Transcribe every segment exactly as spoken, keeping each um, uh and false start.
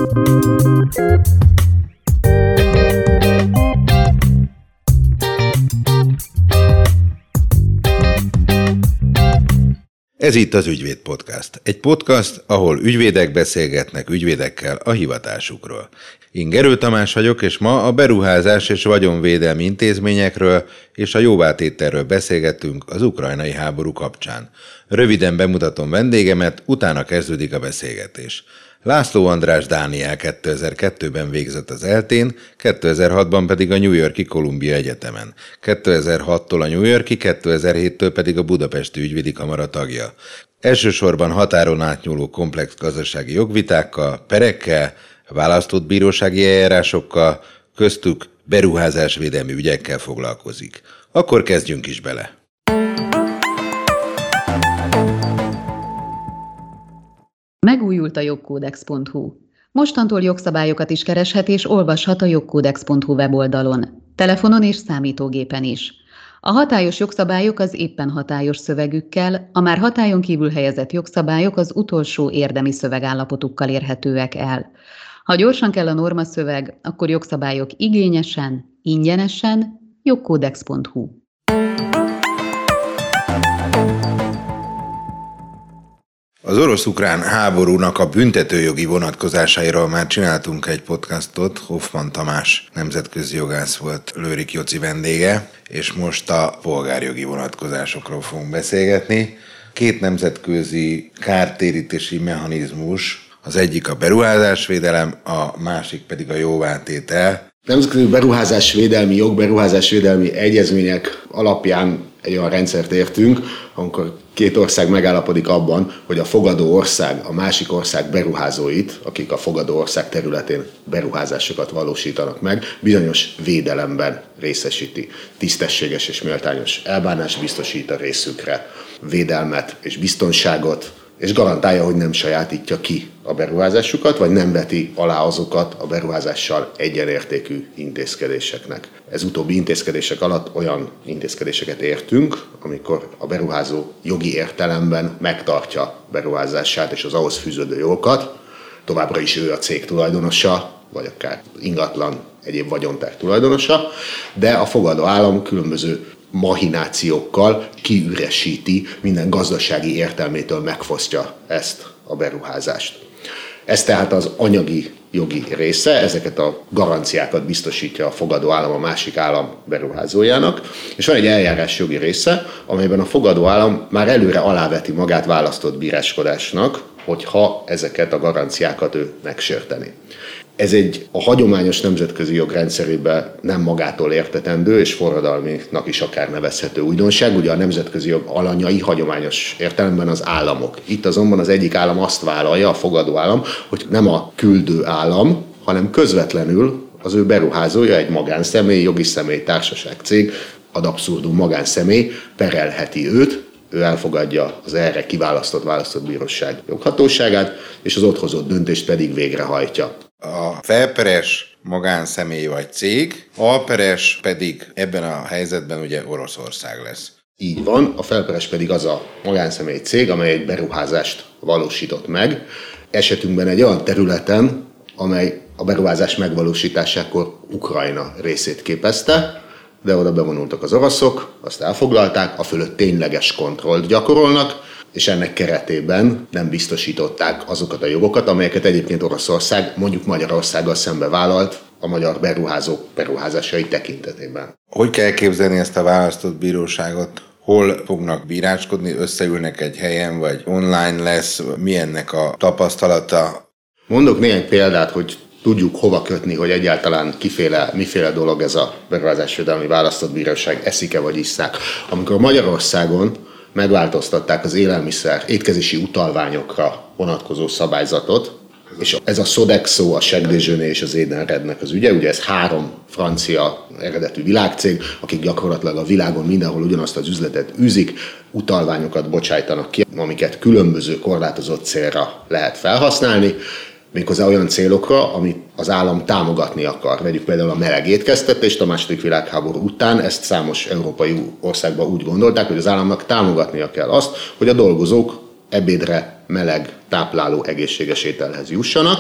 Ez itt az Ügyvéd Podcast. Egy podcast, ahol ügyvédek beszélgetnek ügyvédekkel a hivatásukról. Én Gerő Tamás vagyok, és ma a beruházás és vagyonvédelmi intézményekről és a jóvátételről beszélgetünk az ukrajnai háború kapcsán. Röviden bemutatom vendégemet, utána kezdődik a beszélgetés. László András Dániel kétezer-kettőben végzett az eltén, kétezer-hatban pedig a New York-i Columbia Egyetemen. kétezer-hattól a New York-i, kétezer-héttől pedig a Budapesti Ügyvédi Kamara tagja. Elsősorban határon átnyúló komplex gazdasági jogvitákkal, perekkel, választott bírósági eljárásokkal, köztük beruházásvédelmi ügyekkel foglalkozik. Akkor kezdjünk is bele! Megújult a jogkódex pont hu. Mostantól jogszabályokat is kereshet és olvashat a jogkódex pont hu weboldalon, telefonon és számítógépen is. A hatályos jogszabályok az éppen hatályos szövegükkel, a már hatályon kívül helyezett jogszabályok az utolsó érdemi szövegállapotukkal érhetőek el. Ha gyorsan kell a normaszöveg, akkor jogszabályok igényesen, ingyenesen, jogkódex pont hu. Az orosz-ukrán háborúnak a büntetőjogi vonatkozásairól már csináltunk egy podcastot, Hoffman Tamás nemzetközi jogász volt Lőrik Joci vendége, és most a polgárjogi vonatkozásokról fogunk beszélgetni. Két nemzetközi kártérítési mechanizmus, az egyik a beruházásvédelem, a másik pedig a jóvátétel. Nemzetközi beruházásvédelmi jog, beruházásvédelmi egyezmények alapján egy olyan rendszert értünk, amikor két ország megállapodik abban, hogy a fogadó ország a másik ország beruházóit, akik a fogadó ország területén beruházásokat valósítanak meg, bizonyos védelemben részesíti. Tisztességes és méltányos elbánás biztosít a részükre, védelmet és biztonságot, és garantálja, hogy nem sajátítja ki a beruházásukat, vagy nem veti alá azokat a beruházással egyenértékű intézkedéseknek. Ez utóbbi intézkedések alatt olyan intézkedéseket értünk, amikor a beruházó jogi értelemben megtartja beruházását és az ahhoz fűződő jogokat, továbbra is ő a cég tulajdonosa, vagy akár ingatlan, egyéb vagyontár tulajdonosa, de a fogadó állam különböző mahinációkkal kiüresíti, minden gazdasági értelmétől megfosztja ezt a beruházást. Ez tehát az anyagi jogi része, ezeket a garanciákat biztosítja a fogadó állam a másik állam beruházójának, és van egy eljárás jogi része, amelyben a fogadó állam már előre aláveti magát választott bíráskodásnak, hogyha ezeket a garanciákat ő megsérteni. Ez egy a hagyományos nemzetközi jog rendszerében nem magától értetendő és forradalminak is akár nevezhető újdonság. Ugye a nemzetközi jog alanyai hagyományos értelemben az államok. Itt azonban az egyik állam azt vállalja, a fogadó állam, hogy nem a küldő állam, hanem közvetlenül az ő beruházója, egy magánszemély, jogi személy, társaság, cég, ad abszurdum magánszemély perelheti őt, ő elfogadja az erre kiválasztott választott bíróság joghatóságát, és az ott hozott döntést pedig végrehajtja. A felperes magánszemély vagy cég, alperes pedig ebben a helyzetben ugye Oroszország lesz. Így van, a felperes pedig az a magánszemély cég, amely egy beruházást valósított meg. Esetünkben egy olyan területen, amely a beruházás megvalósításakor Ukrajna részét képezte, de oda bevonultak az oroszok, azt elfoglalták, a fölött tényleges kontrollt gyakorolnak, és ennek keretében nem biztosították azokat a jogokat, amelyeket egyébként Oroszország mondjuk Magyarországgal szembe vállalt a magyar beruházók beruházásai tekintetében. Hogy kell képzelni ezt a választott bíróságot? Hol fognak bíráskodni? Összeülnek egy helyen, vagy online lesz? Mi ennek a tapasztalata? Mondok néhány példát, hogy tudjuk hova kötni, hogy egyáltalán kiféle, miféle dolog ez a beruházásvédelmi választott bíróság, eszik-e vagy isszák. Amikor Magyarországon megváltoztatták az élelmiszer étkezési utalványokra vonatkozó szabályzatot, és ez a Sodexo, a Jacques Déjeuner és az Edenrednek az ügye, ugye ez három francia eredetű világcég, akik gyakorlatilag a világon mindenhol ugyanazt az üzletet űzik, utalványokat bocsájtanak ki, amiket különböző korlátozott célra lehet felhasználni, méghozzá olyan célokra, amit az állam támogatni akar. Vegyük például a meleg étkeztetést, a második világháború után ezt számos európai országban úgy gondolták, hogy az államnak támogatnia kell azt, hogy a dolgozók ebédre meleg, tápláló, egészséges ételhez jussanak,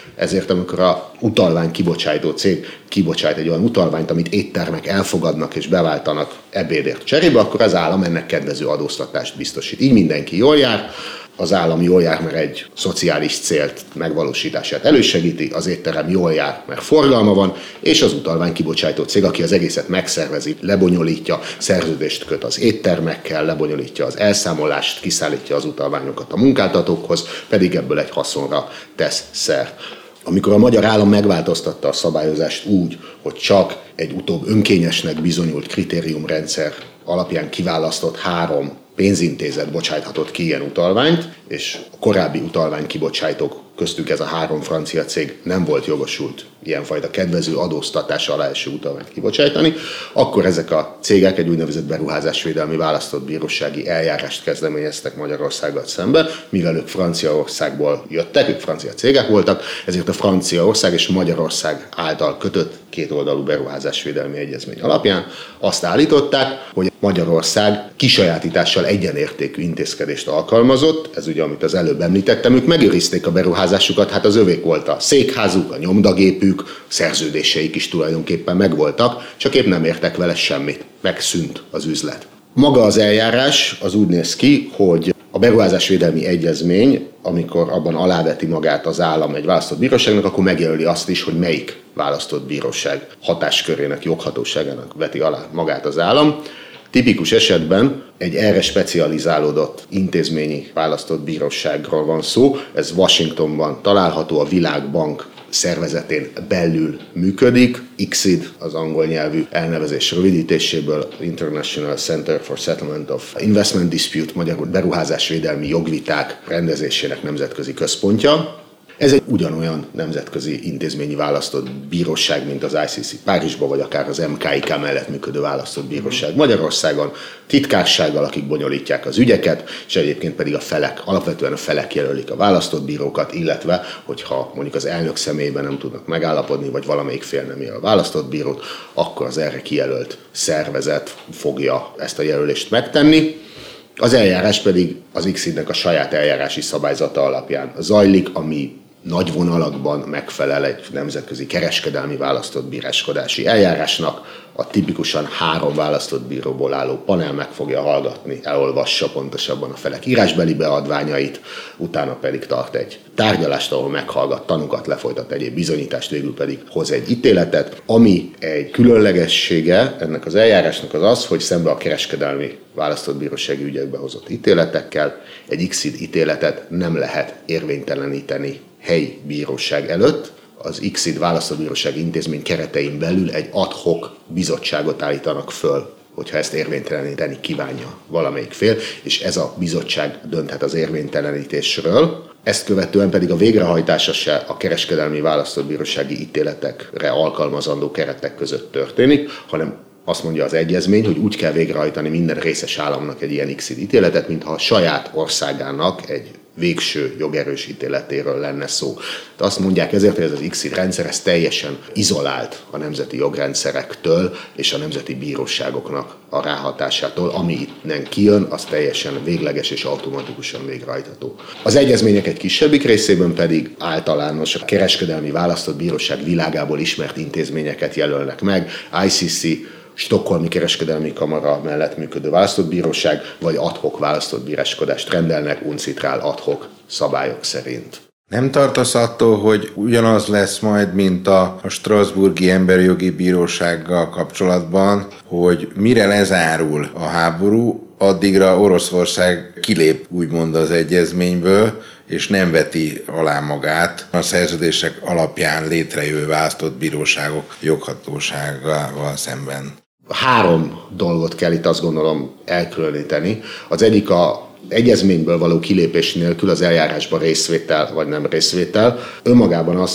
ezért amikor a utalvány kibocsátó cég kibocsát egy olyan utalványt, amit éttermek elfogadnak és beváltanak ebédért cserébe, akkor az állam ennek kedvező adóztatást biztosít. Így mindenki jól jár, az állam jól jár, mert egy szociális célt megvalósítását elősegíti, az étterem jól jár, mert forgalma van, és az utalvány kibocsátó cég, aki az egészet megszervezi, lebonyolítja, szerződést köt az éttermekkel, lebonyolítja az elszámolást, kiszállítja az utalványokat a munkáltatókhoz, pedig ebből egy haszonra tesz szert. Amikor a magyar állam megváltoztatta a szabályozást úgy, hogy csak egy utóbb önkényesnek bizonyult kritériumrendszer alapján kiválasztott három pénzintézet bocsáthatott ki ilyen utalványt, és a korábbi utalványkibocsátók, köztük ez a három francia cég nem volt jogosult ilyenfajta kedvező adóztatás alá eső utalványt kibocsátani, akkor ezek a cégek egy úgynevezett beruházásvédelmi választott bírósági eljárást kezdeményeztek Magyarországgal szembe, mivel ők Franciaországból jöttek, ők francia cégek voltak, ezért a Franciaország és Magyarország által kötött kétoldalú beruházásvédelmi egyezmény alapján azt állították, hogy Magyarország kisajátítással egyenértékű intézkedést alkalmazott, ez ugye, amit az előbb említettem, ők megőrizték a beruházásukat, hát az övék volt a székházuk, a nyomdagépük, szerződéseik is tulajdonképpen megvoltak, csak épp nem értek vele semmit, megszűnt az üzlet. Maga az eljárás az úgy néz ki, hogy a beruházásvédelmi egyezmény, amikor abban aláveti magát az állam egy választott bíróságnak, akkor megjelöli azt is, hogy melyik választott bíróság hatáskörének, joghatóságának veti alá magát az állam. Tipikus esetben egy erre specializálódott intézményi választott bíróságról van szó, ez Washingtonban található, a Világbank szervezetén belül működik. I C S I D az angol nyelvű elnevezés rövidítéséből, International Center for Settlement of Investment Dispute, magyarul beruházásvédelmi jogviták rendezésének nemzetközi központja. Ez egy ugyanolyan nemzetközi intézményi választott bíróság, mint az I C C Párizsban, vagy akár az M K I K mellett működő választott bíróság Magyarországon, titkársággal, akik bonyolítják az ügyeket, és egyébként pedig a felek, alapvetően a felek jelölik a választott bírókat, illetve, hogyha mondjuk az elnök személyében nem tudnak megállapodni, vagy valamelyik fél nem jelöl a választott bírót, akkor az erre kijelölt szervezet fogja ezt a jelölést megtenni. Az eljárás pedig az I C S I D-nek a saját eljárási szabályzata alapján zajlik, ami nagy vonalakban megfelel egy nemzetközi kereskedelmi választott bíráskodási eljárásnak. A tipikusan három választott bíróból álló panel meg fogja hallgatni, elolvassa pontosabban a felek írásbeli beadványait, utána pedig tart egy tárgyalást, ahol meghallgat tanúkat, lefolytat egyéb bizonyítást, végül pedig hoz egy ítéletet. Ami egy különlegessége ennek az eljárásnak az az, hogy szembe a kereskedelmi választott bírósági ügyekbe hozott ítéletekkel egy I C S I D ítéletet nem lehet érvényteleníteni helyi bíróság előtt. Az I C S I D választott bírósági intézmény keretein belül egy ad hoc bizottságot állítanak föl, hogyha ezt érvényteleníteni kívánja valamelyik fél, és ez a bizottság dönthet az érvénytelenítésről. Ezt követően pedig a végrehajtása se a kereskedelmi választott bírósági ítéletekre alkalmazandó keretek között történik, hanem azt mondja az egyezmény, hogy úgy kell végrehajtani minden részes államnak egy ilyen I C S I D ítéletet, mintha a saját országának egy végső jogerős ítéletéről lenne szó. De azt mondják ezért, hogy ez az I C S I D rendszer ez teljesen izolált a nemzeti jogrendszerektől és a nemzeti bíróságoknak a ráhatásától, ami innen kijön, az teljesen végleges és automatikusan végrehajtható. Az egyezmények egy kisebbik részében pedig általános a kereskedelmi választott bíróság világából ismert intézményeket jelölnek meg, I C C, Stockholmi Kereskedelmi Kamara mellett működő választott bíróság, vagy ad hoc választott bíráskodást rendelnek uncitrál ad hoc szabályok szerint. Nem tartasz attól, hogy ugyanaz lesz majd, mint a, a Strasbourgi Emberi Jogi Bírósággal kapcsolatban, hogy mire lezárul a háború, addigra Oroszország kilép úgymond az egyezményből, és nem veti alá magát a szerződések alapján létrejövő választott bíróságok joghatóságával szemben. Három dolgot kell itt azt gondolom elkülöníteni. Az egyik a egyezményből való kilépés nélkül az eljárásban részvétel vagy nem részvétel. Önmagában az, hogy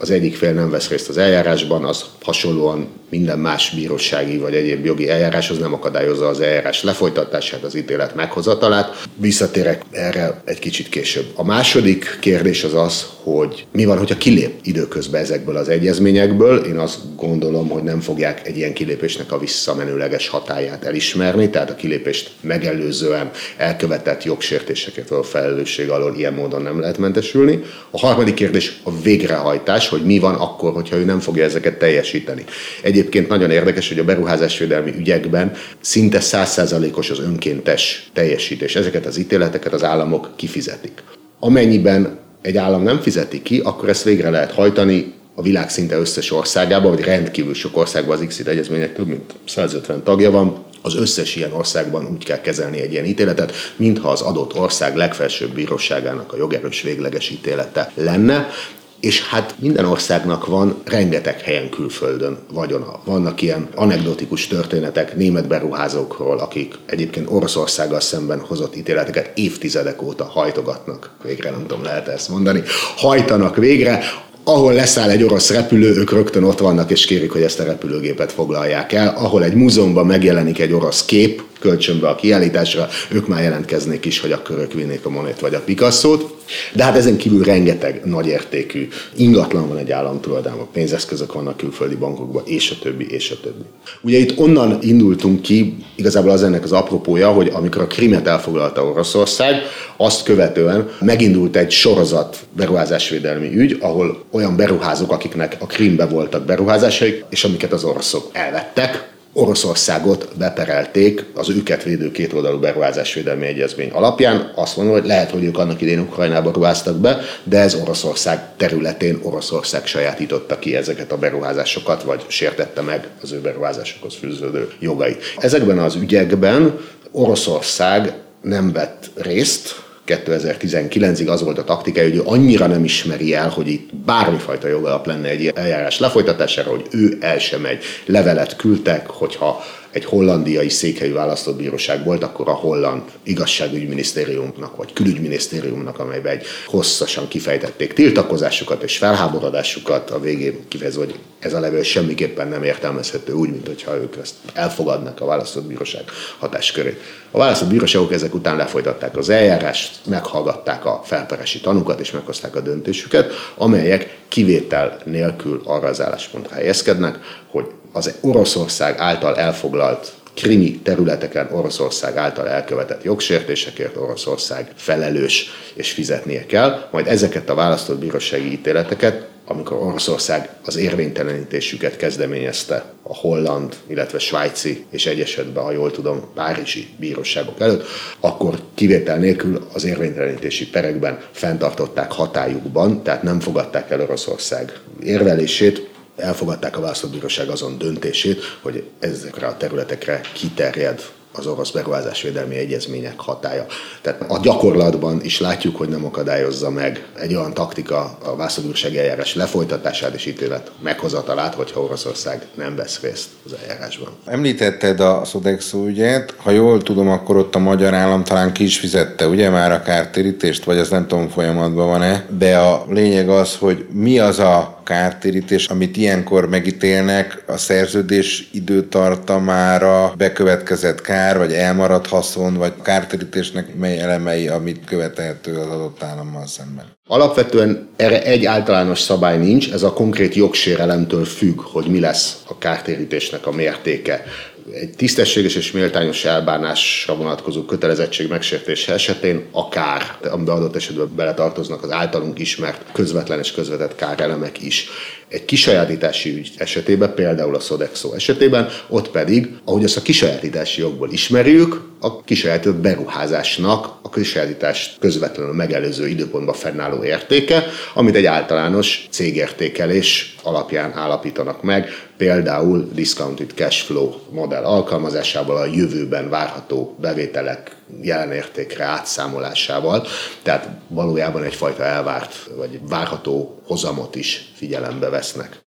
az egyik fél nem vesz részt az eljárásban, az hasonlóan minden más bírósági vagy egyéb jogi eljáráshoz nem akadályozza az eljárás lefolytatását, az ítélet meghozatalát. Visszatérek erre egy kicsit később. A második kérdés az az, hogy mi van, hogyha kilép időközben ezekből az egyezményekből. Én azt gondolom, hogy nem fogják egy ilyen kilépésnek a visszamenőleges hatályát elismerni, tehát a kilépést megelőzően elkövetett jogsértéseket való felelősség alól ilyen módon nem lehet mentesülni. A harmadik kérdés a végrehajtás, hogy mi van akkor, hogyha ő nem fogja ezeket teljesíteni. Egyébként nagyon érdekes, hogy a beruházásvédelmi ügyekben szinte száz százalékos az önkéntes teljesítés. Ezeket az ítéleteket az államok kifizetik. Amennyiben egy állam nem fizeti ki, akkor ezt végre lehet hajtani a világ szinte összes országában, vagy rendkívül sok országban, az X-it egyezmények több mint száz ötven tagja van. Az összes ilyen országban úgy kell kezelni egy ilyen ítéletet, mintha az adott ország legfelsőbb bíróságának a jogerős végleges ítélete lenne. És hát minden országnak van rengeteg helyen külföldön vagyona. Vannak ilyen anekdotikus történetek német beruházókról, akik egyébként Oroszországgal szemben hozott ítéleteket évtizedek óta hajtogatnak. Végre nem tudom, lehet ezt mondani. Hajtanak végre. Ahol leszáll egy orosz repülő, ők rögtön ott vannak és kérik, hogy ezt a repülőgépet foglalják el. Ahol egy múzeumban megjelenik egy orosz kép, kölcsönbe a kiállításra, ők már jelentkeznék is, hogy akkor ők vinnék a Monét vagy a Picasso-t. De hát ezen kívül rengeteg nagyértékű ingatlan van egy állam tulajdonában, pénzeszközök vannak külföldi bankokban, és a többi, és a többi. Ugye itt onnan indultunk ki, igazából az ennek az apropója, hogy amikor a Krimet elfoglalta Oroszország, azt követően megindult egy sorozat beruházásvédelmi ügy, ahol olyan beruházók, akiknek a Krímbe voltak beruházásaik, és amiket az oroszok elvettek, Oroszországot beperelték az őket védő kétoldalú beruházásvédelmi egyezmény alapján. Azt mondom, hogy lehet, hogy ők annak idén Ukrajnába ruháztak be, de ez Oroszország területén Oroszország sajátította ki ezeket a beruházásokat, vagy sértette meg az ő beruházásokhoz fűződő jogait. Ezekben az ügyekben Oroszország nem vett részt. kétezer-tizenkilencig az volt a taktikája, hogy ő annyira nem ismeri el, hogy itt bármifajta jogalap lenne egy eljárás lefolytatására, hogy ő el sem megy. Levelet küldtek, hogyha egy hollandiai székhelyű választott bíróság volt, akkor a holland igazságügyminisztériumnak vagy külügyminisztériumnak, amelyben egy hosszasan kifejtették tiltakozásukat és felháborodásukat, a végén kifejező, hogy ez a levél semmiképpen nem értelmezhető úgy, mint hogyha ők ezt elfogadnak a választott bíróság hatáskörét. A választott bíróságok ezek után lefolytatták az eljárást, meghallgatták a felperesi tanúkat és meghozták a döntésüket, amelyek kivétel nélkül arra az álláspontra helyezkednek, hogy az Oroszország által elfoglalt krimi területeken Oroszország által elkövetett jogsértésekért Oroszország felelős és fizetnie kell, majd ezeket a választott bírósági ítéleteket, amikor Oroszország az érvénytelenítésüket kezdeményezte a holland, illetve svájci és egy esetben, ha jól tudom, párizsi bíróságok előtt, akkor kivétel nélkül az érvénytelenítési perekben fenntartották hatályukban, tehát nem fogadták el Oroszország érvelését, elfogadták a választott bíróság azon döntését, hogy ezekre a területekre kiterjed az orosz beruházásvédelmi egyezmények hatálya. Tehát a gyakorlatban is látjuk, hogy nem akadályozza meg egy olyan taktika a választott bírósági eljárás lefolytatását és ítélet meghozatalát, hogyha Oroszország nem vesz részt az eljárásban. Említetted a Sodexo ügyet, ha jól tudom, akkor ott a magyar állam talán ki is fizette, ugye már a kártérítést, vagy az nem tudom folyamatban van-e, de a lényeg az, hogy mi az a kártérítés, amit ilyenkor megítélnek a szerződés időtartamára bekövetkezett kár, vagy elmaradt haszon, vagy kártérítésnek mely elemei, amit követelhető az adott állammal szemben. Alapvetően erre egy általános szabály nincs, ez a konkrét jogsérelemtől függ, hogy mi lesz a kártérítésnek a mértéke. Egy tisztességes és méltányos elbánásra vonatkozó kötelezettség megsértése esetén a kár, amiben adott esetben beletartoznak az általunk ismert közvetlen és közvetett kárelemek is. Egy kisajátítási ügy esetében, például a Sodexo esetében, ott pedig, ahogy ezt a kisajátítási jogból ismerjük, a kisajátított beruházásnak a kisajátítást közvetlenül megelőző időpontban fennálló értéke, amit egy általános cégértékelés alapján állapítanak meg, például discounted cash flow modell alkalmazásával, a jövőben várható bevételek jelenértékre átszámolásával, tehát valójában egyfajta elvárt vagy várható hozamot is figyelembe vesznek.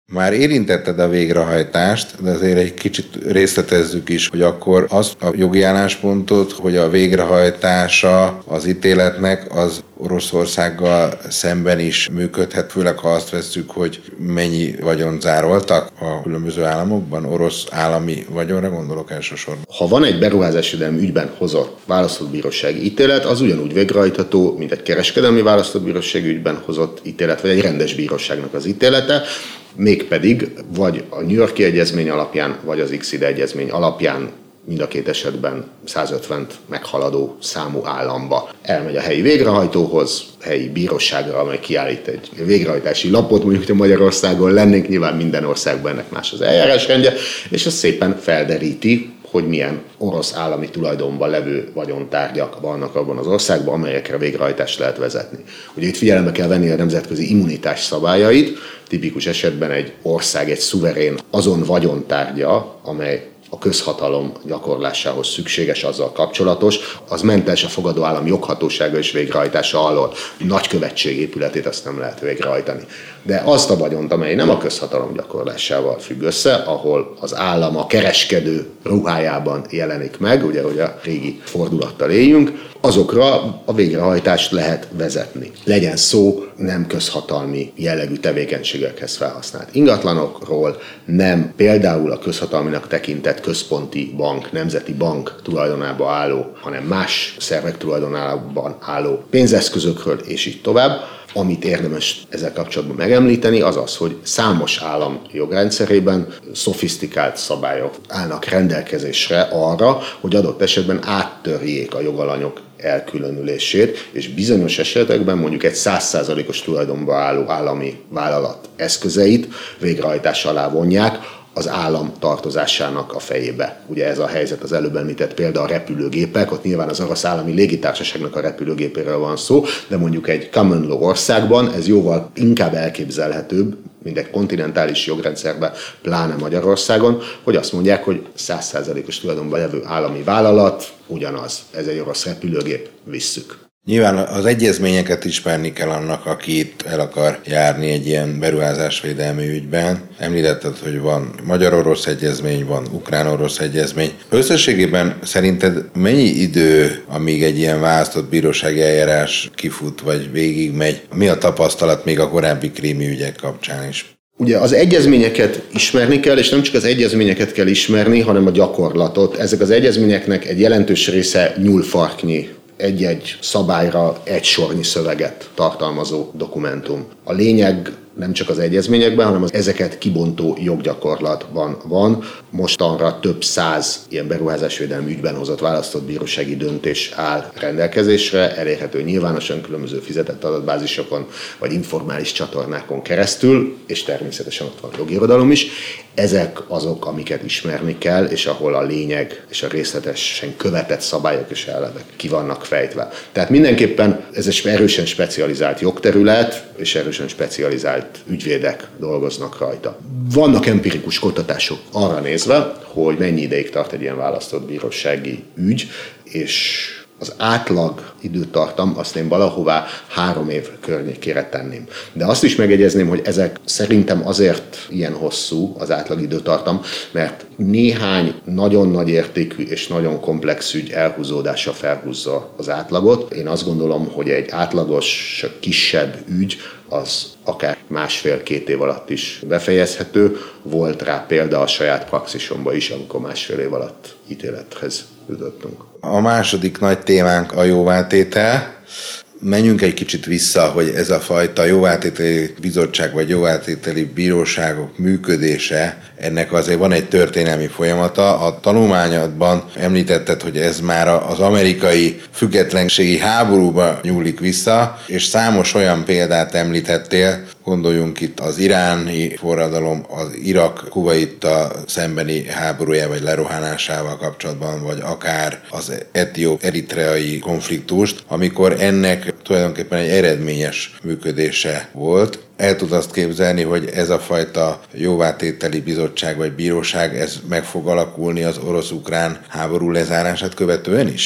Már érintetted a végrehajtást, de azért egy kicsit részletezzük is, hogy akkor azt a jogi álláspontot, hogy a végrehajtása az ítéletnek az Oroszországgal szemben is működhet, főleg ha azt vesszük, hogy mennyi vagyont zároltak a különböző államokban, orosz állami vagyonra gondolok elsősorban. Ha van egy beruházásvédelmi ügyben hozott választott bírósági ítélet, az ugyanúgy végrehajtható, mint egy kereskedelmi választott bírósági ügyben hozott ítélet, vagy egy rendes bíróságnak az ítélete, mégpedig vagy a New York-i egyezmény alapján, vagy az iksz i dé egyezmény alapján mind a két esetben száz ötvent meghaladó számú államba elmegy a helyi végrehajtóhoz, helyi bíróságra, amely kiállít egy végrehajtási lapot, mondjuk, hogy Magyarországon lennénk, nyilván minden országban ennek más az eljárásrendje, és az szépen felderíti, hogy milyen orosz állami tulajdonban levő vagyontárgyak vannak abban az országban, amelyekre végrehajtást lehet vezetni. Ugye itt figyelembe kell venni a nemzetközi immunitás szabályait, tipikus esetben egy ország, egy szuverén azon vagyontárgya, amely a közhatalom gyakorlásához szükséges, azzal kapcsolatos, az mentes a fogadó állam joghatósága és végrehajtása alól. Nagykövetség épületét azt nem lehet végrehajtani. De azt a vagyont, amely nem a közhatalom gyakorlásával függ össze, ahol az állam a kereskedő ruhájában jelenik meg, ugye, hogy a régi fordulattal éljünk, azokra a végrehajtást lehet vezetni. Legyen szó nem közhatalmi jellegű tevékenységekhez felhasznált ingatlanokról, nem például a közhatalminak tekintett központi bank, nemzeti bank tulajdonába álló, hanem más szervek tulajdonában álló pénzeszközökről, és így tovább. Amit érdemes ezzel kapcsolatban megemlíteni, az az, hogy számos állam jogrendszerében szofisztikált szabályok állnak rendelkezésre arra, hogy adott esetben áttörjék a jogalanyok elkülönülését, és bizonyos esetekben mondjuk egy száz százalékos tulajdonban álló állami vállalat eszközeit végrehajtás alá vonják, az állam tartozásának a fejébe. Ugye ez a helyzet az előbb említett példa a repülőgépek, ott nyilván az orosz állami légitársaságnak a repülőgépéről van szó, de mondjuk egy common law országban ez jóval inkább elképzelhetőbb, mint egy kontinentális jogrendszerben, pláne Magyarországon, hogy azt mondják, hogy száz százalékos tulajdonban levő állami vállalat ugyanaz, ez egy orosz repülőgép, visszük. Nyilván az egyezményeket ismerni kell annak, aki itt el akar járni egy ilyen beruházásvédelmi ügyben. Említetted, hogy van magyar-orosz egyezmény, van ukrán-orosz egyezmény. Összességében szerinted mennyi idő, amíg egy ilyen választott bírósági eljárás kifut vagy végigmegy? Mi a tapasztalat még a korábbi krími ügyek kapcsán is? Ugye az egyezményeket ismerni kell, és nem csak az egyezményeket kell ismerni, hanem a gyakorlatot. Ezek az egyezményeknek egy jelentős része nyúlfarknyi, egy-egy szabályra egy sornyi szöveget tartalmazó dokumentum. A lényeg nem csak az egyezményekben, hanem az ezeket kibontó joggyakorlatban van. Mostanra több száz ilyen beruházásvédelmi ügyben hozott választott bírósági döntés áll rendelkezésre, elérhető nyilvánosan különböző fizetett adatbázisokon vagy informális csatornákon keresztül, és természetesen ott van jogirodalom is. Ezek azok, amiket ismerni kell, és ahol a lényeg és a részletesen követett szabályok és elvek ki vannak fejtve. Tehát mindenképpen ez egy erősen specializált jogterület, és erősen specializált ügyvédek dolgoznak rajta. Vannak empirikus kutatások arra nézve, hogy mennyi ideig tart egy ilyen választott bírósági ügy, és az átlag időtartam azt én valahová három év környékére tenném. De azt is megegyezném, hogy ezek szerintem azért ilyen hosszú az átlag időtartam, mert néhány nagyon nagy értékű és nagyon komplex ügy elhúzódása felhúzza az átlagot. Én azt gondolom, hogy egy átlagos, kisebb ügy az akár másfél-két év alatt is befejezhető. Volt rá példa a saját praxisomban is, amikor másfél év alatt ítélethez jutottunk. A második nagy témánk a jóvátétel. Menjünk egy kicsit vissza, hogy ez a fajta jóvátételi bizottság vagy jóvátételi bíróságok működése, ennek azért van egy történelmi folyamata. A tanulmányodban említetted, hogy ez már az amerikai függetlenségi háborúba nyúlik vissza, és számos olyan példát említettél, gondoljunk itt az iráni forradalom, az Irak-Kuvaittal szembeni háborúja vagy lerohanásával kapcsolatban, vagy akár az etióp-eritreai konfliktust, amikor ennek tulajdonképpen egy eredményes működése volt. El tud azt képzelni, hogy ez a fajta jóvátételi bizottság vagy bíróság, ez meg fog alakulni az orosz-ukrán háború lezárását követően is?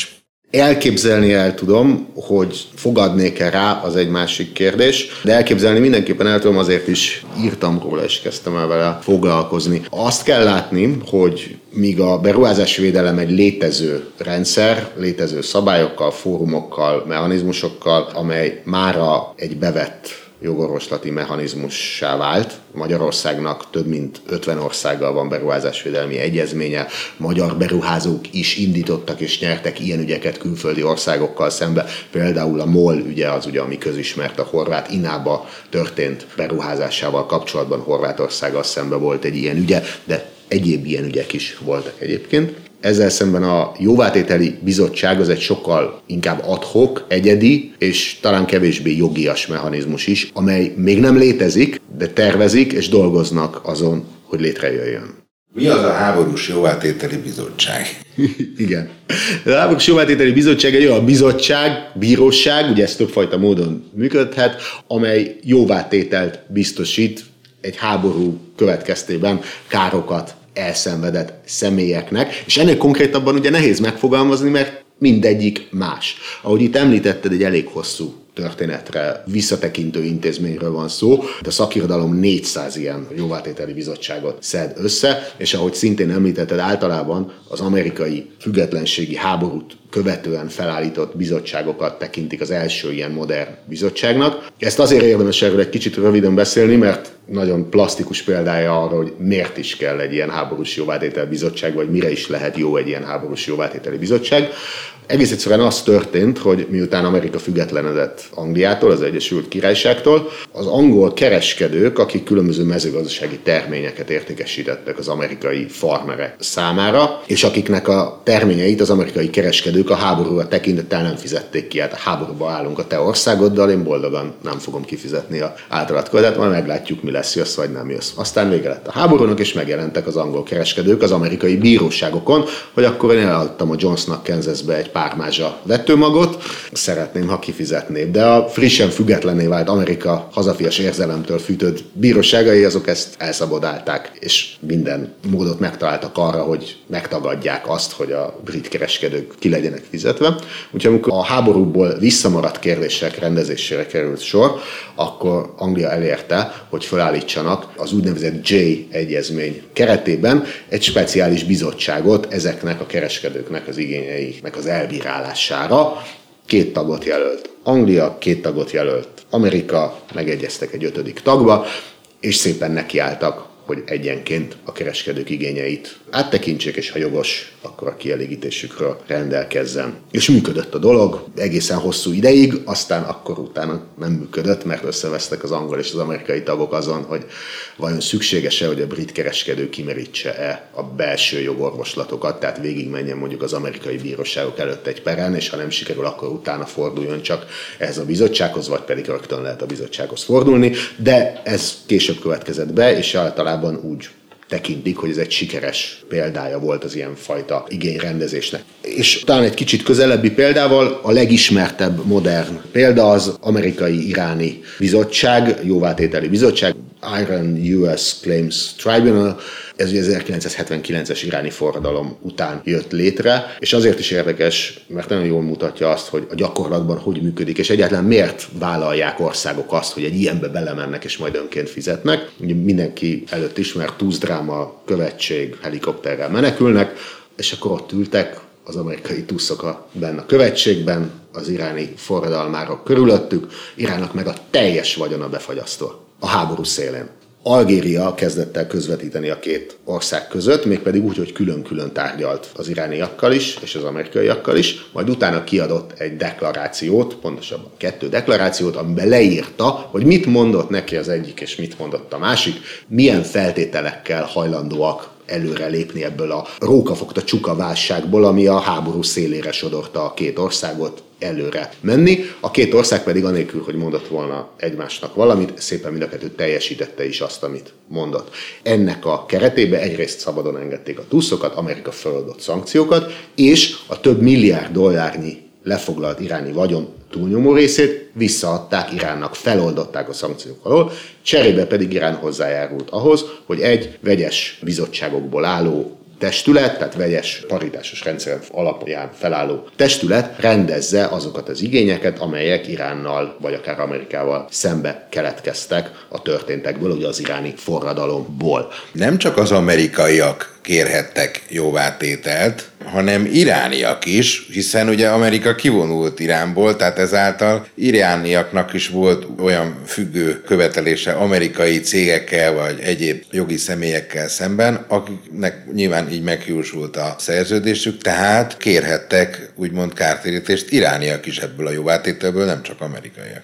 Elképzelni el tudom, hogy fogadnék-e rá, az egy másik kérdés, de elképzelni mindenképpen el tudom, azért is írtam róla, és kezdtem el vele foglalkozni. Azt kell látni, hogy míg a beruházásvédelem egy létező rendszer, létező szabályokkal, fórumokkal, mechanizmusokkal, amely mára egy bevett jogorvoslati mechanizmussá vált. Magyarországnak több mint ötven országgal van beruházásvédelmi egyezménye. Magyar beruházók is indítottak és nyertek ilyen ügyeket külföldi országokkal szembe. Például a MOL ügye az ugye, ami közismert, a horvát Inába történt beruházásával kapcsolatban Horvátországgal szembe volt egy ilyen ügye, de egyéb ilyen ügyek is voltak egyébként. Ezzel szemben a jóvátételi bizottság az egy sokkal inkább ad hoc, egyedi és talán kevésbé jogias mechanizmus is, amely még nem létezik, de tervezik és dolgoznak azon, hogy létrejöjjön. Mi az a háborús jóvátételi bizottság? Igen. A háborús jóvátételi bizottság egy olyan bizottság, bíróság, ugye ez többfajta módon működhet, amely jóvátételt biztosít egy háború következtében károkat elszenvedett személyeknek, és ennél konkrétabban ugye nehéz megfogalmazni, mert mindegyik más. Ahogy itt említetted, egy elég hosszú történetre visszatekintő intézményről van szó. A szakirodalom négyszáz ilyen jóvátételi bizottságot szed össze, és ahogy szintén említetted, általában az amerikai függetlenségi háborút követően felállított bizottságokat tekintik az első ilyen modern bizottságnak. Ezt azért érdemes erről egy kicsit röviden beszélni, mert nagyon plastikus példája arra, hogy miért is kell egy ilyen háborús jóvátételi bizottság, vagy mire is lehet jó egy ilyen háborús jóvátételi bizottság. Egész egyszerűen az történt, hogy miután Amerika függetlenedett Angliától, az Egyesült Királyságtól, az angol kereskedők, akik különböző mezőgazdasági terményeket értékesítettek az amerikai farmerek számára, és akiknek a terményeit az amerikai kereskedők a háborúra tekintettel nem fizették ki. Hát a háborúba állunk a te országoddal, én boldogan nem fogom kifizetni a általad köldet, majd meglátjuk, mi lesz, jössz vagy nem jössz. Aztán vége lett a háborúnak, és megjelentek az angol kereskedők az amerikai bíróságokon, hogy akkor én eladtam a Jonesnak Kansasbe egy pár mázsa vetőmagot, szeretném, ha kifizetném. De a frissen függetlenné vált Amerika hazafias érzelemtől fűtött bíróságai azok ezt elszabadálták, és minden módot megtaláltak arra, hogy megtagadják azt, hogy a brit kereskedők ki legyenek fizetve. Úgyhogy amikor a háborúból visszamaradt kérdések rendezésére került sor, akkor Anglia elérte, hogy felállítsanak az úgynevezett Jay egyezmény keretében egy speciális bizottságot ezeknek a kereskedőknek az igényeinek az elbírálására. Két tagot jelölt Anglia, két tagot jelölt Amerika, megegyeztek egy ötödik tagba, és szépen nekiálltak, hogy egyenként a kereskedők igényeit áttekintsék, és ha jogos, akkor a kielégítésükről rendelkezzen. És működött a dolog egészen hosszú ideig, aztán akkor utána nem működött, mert összevesztek az angol és az amerikai tagok azon, hogy vajon szükséges-e, hogy a brit kereskedő kimerítse-e a belső jogorvoslatokat, tehát végigmenjen mondjuk az amerikai bíróságok előtt egy peren, és ha nem sikerül, akkor utána forduljon csak ehhez a bizottsághoz, vagy pedig rögtön lehet a bizottsághoz fordulni, de ez később következett be, és általában úgy tekintik, hogy ez egy sikeres példája volt az ilyen fajta igényrendezésnek. És talán egy kicsit közelebbi példával a legismertebb modern példa az amerikai-iráni bizottság, jóvátételi bizottság, Iran U S Claims Tribunal, ez ugye az ezerkilencszázhetvenkilences iráni forradalom után jött létre, és azért is érdekes, mert nagyon jól mutatja azt, hogy a gyakorlatban hogy működik, és egyáltalán miért vállalják országok azt, hogy egy ilyenbe belemennek, és majd önként fizetnek. Ugye mindenki előtt ismert túszdráma, követség, helikopterrel menekülnek, és akkor ott ültek az amerikai tuszok benne a követségben, az iráni forradalmárok körülöttük, Iránnak meg a teljes vagyona befagyasztva a háború szélén. Algéria kezdett el közvetíteni a két ország között, mégpedig úgy, hogy külön-külön tárgyalt az irániakkal is, és az amerikaiakkal is, majd utána kiadott egy deklarációt, pontosabban kettő deklarációt, amiben leírta, hogy mit mondott neki az egyik, és mit mondott a másik, milyen feltételekkel hajlandóak előre lépni ebből a rókafogta csuka válságból, ami a háború szélére sodorta a két országot előre menni. A két ország pedig anélkül, hogy mondott volna egymásnak valamit, szépen mind a kettő teljesítette is azt, amit mondott. Ennek a keretében egyrészt szabadon engedték a tuszokat, Amerika feloldott szankciókat, és a több milliárd dollárnyi lefoglalt iráni vagyon túlnyomó részét visszaadták Iránnak, feloldották a szankciók alól, cserébe pedig Irán hozzájárult ahhoz, hogy egy vegyes bizottságokból álló testület, tehát vegyes paritásos rendszer alapján felálló testület rendezze azokat az igényeket, amelyek Iránnal vagy akár Amerikával szembe keletkeztek a történtekből, ugye az iráni forradalomból. Nem csak az amerikaiak kérhettek jóvátételt, hanem irániak is, hiszen ugye Amerika kivonult Iránból, tehát ezáltal irániaknak is volt olyan függő követelése amerikai cégekkel vagy egyéb jogi személyekkel szemben, akiknek nyilván így meghiúsult a szerződésük, tehát kérhettek úgymond kártérítést irániak is ebből a jóvátételből, nem csak amerikaiak.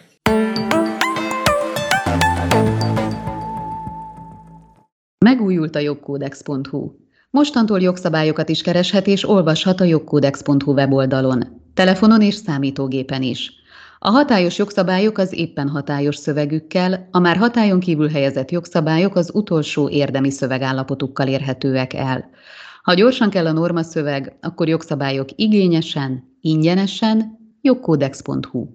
Megújult a jogkódex pont hu. Mostantól jogszabályokat is kereshet és olvashat a jogkódex pont hu weboldalon, telefonon és számítógépen is. A hatályos jogszabályok az éppen hatályos szövegükkel, a már hatályon kívül helyezett jogszabályok az utolsó érdemi szövegállapotukkal érhetőek el. Ha gyorsan kell a normaszöveg, akkor jogszabályok igényesen, ingyenesen, jogkódex pont hu.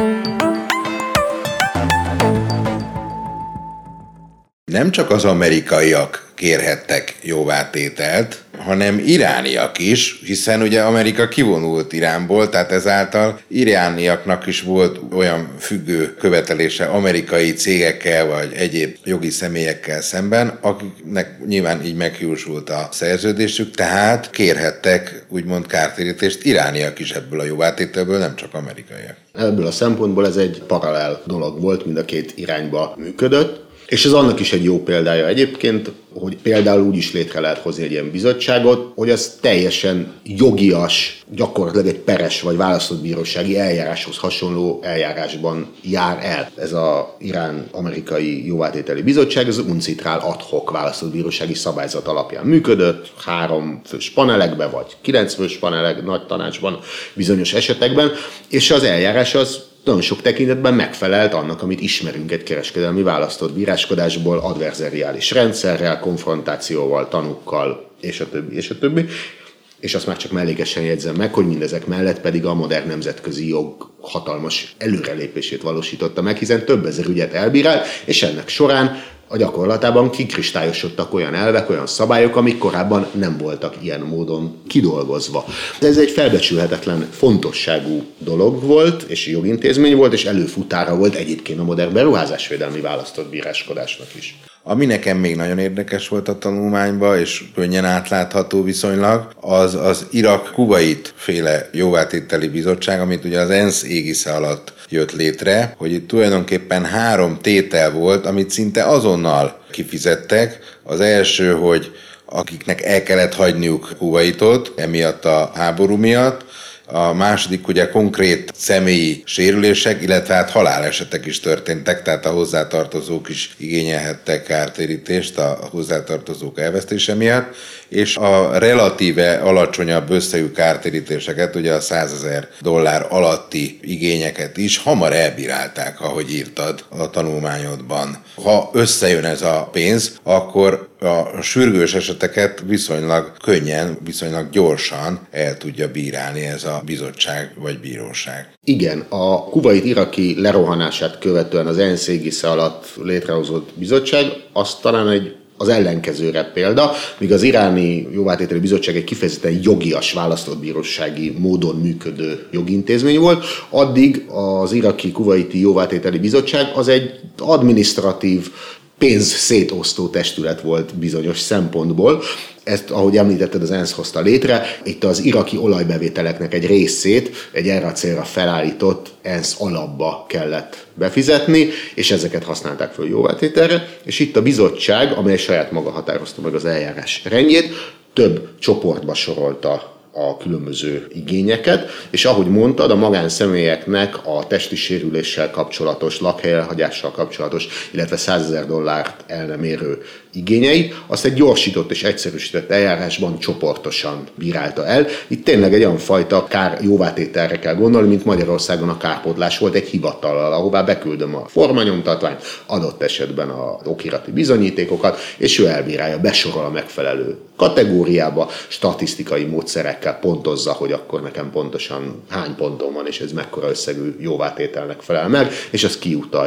Nem csak az amerikaiak kérhettek jóvátételt, hanem irániak is, hiszen ugye Amerika kivonult Iránból, tehát ezáltal irániaknak is volt olyan függő követelése amerikai cégekkel vagy egyéb jogi személyekkel szemben, akiknek nyilván így meghiúsult a szerződésük, tehát kérhettek úgymond kártérítést irániak is ebből a jóvátételből, nem csak amerikaiak. Ebből a szempontból ez egy paralel dolog volt, mind a két irányba működött. És ez annak is egy jó példája egyébként, hogy például úgy is létre lehet hozni egy ilyen bizottságot, hogy az teljesen jogias, gyakorlatilag egy peres vagy választott bírósági eljáráshoz hasonló eljárásban jár el. Ez az Irán-amerikai jóvátételi bizottság, ez az UNCITRAL ad hoc választott bírósági szabályzat alapján működött, három fős panelekben, vagy kilenc fős panelek nagy tanácsban bizonyos esetekben, és az eljárás az nagyon sok tekintetben megfelelt annak, amit ismerünk egy kereskedelmi választott bíráskodásból, adverzeriális rendszerrel, konfrontációval, tanúkkal, és a többi, és a többi. És azt már csak mellékesen jegyzem meg, hogy mindezek mellett pedig a modern nemzetközi jog hatalmas előrelépését valósította meg, hiszen több ezer ügyet elbírált, és ennek során a gyakorlatában kikristályosodtak olyan elvek, olyan szabályok, amik korábban nem voltak ilyen módon kidolgozva. Ez egy felbecsülhetetlen fontosságú dolog volt, és jogintézmény volt, és előfutára volt egyébként a modern beruházásvédelmi választott bíráskodásnak is. Ami nekem még nagyon érdekes volt a tanulmányban, és könnyen átlátható viszonylag, az az Irak-Kuvait féle jóvátételi bizottság, amit ugye az ENSZ égisze alatt jött létre, hogy itt tulajdonképpen három tétel volt, amit szinte azonnal kifizettek. Az első, hogy akiknek el kellett hagyniuk Kuvaitot, emiatt a háború miatt, a második ugye konkrét személyi sérülések, illetve hát halálesetek is történtek, tehát a hozzátartozók is igényelhettek kártérítést a hozzátartozók elvesztése miatt, és a relatíve alacsonyabb összegű kártérítéseket, ugye a százezer dollár alatti igényeket is hamar elbírálták, ahogy írtad a tanulmányodban. Ha összejön ez a pénz, akkor a sürgős eseteket viszonylag könnyen, viszonylag gyorsan el tudja bírálni ez a bizottság vagy bíróság. Igen, a kuvait-iraki lerohanását követően az ENSZ égisze alatt létrehozott bizottság, az talán egy az ellenkezőre példa, míg az iráni jóvátételi bizottság egy kifejezetten jogias választott bírósági módon működő jogintézmény volt, addig az iraki-kuvaiti jóvátételi bizottság az egy adminisztratív pénz szétosztó testület volt bizonyos szempontból. Ezt, ahogy említetted, az ENSZ hozta létre. Itt az iraki olajbevételeknek egy részét egy erre a célra felállított ENSZ alapba kellett befizetni, és ezeket használták föl jóvátételre. És itt a bizottság, amely saját maga határozta meg az eljárás rendjét, több csoportba sorolta a különböző igényeket, és ahogy mondtad, a magánszemélyeknek a testi sérüléssel kapcsolatos, lakhelyelhagyással kapcsolatos, illetve százezer dollárt el nem érő igényeit, azt egy gyorsított és egyszerűsített eljárásban csoportosan bírálta el. Itt tényleg egy olyan fajta kár jóvátételre kell gondolni, mint Magyarországon a kárpótlás volt egy hivatallal, ahová beküldöm a formanyomtatványt, adott esetben az okirati bizonyítékokat, és ő elbírálja, besorol a megfelelő kategóriába, statisztikai módszerekkel pontozza, hogy akkor nekem pontosan hány pontom van, és ez mekkora összegű jóvátételnek felel meg, és azt kiutalja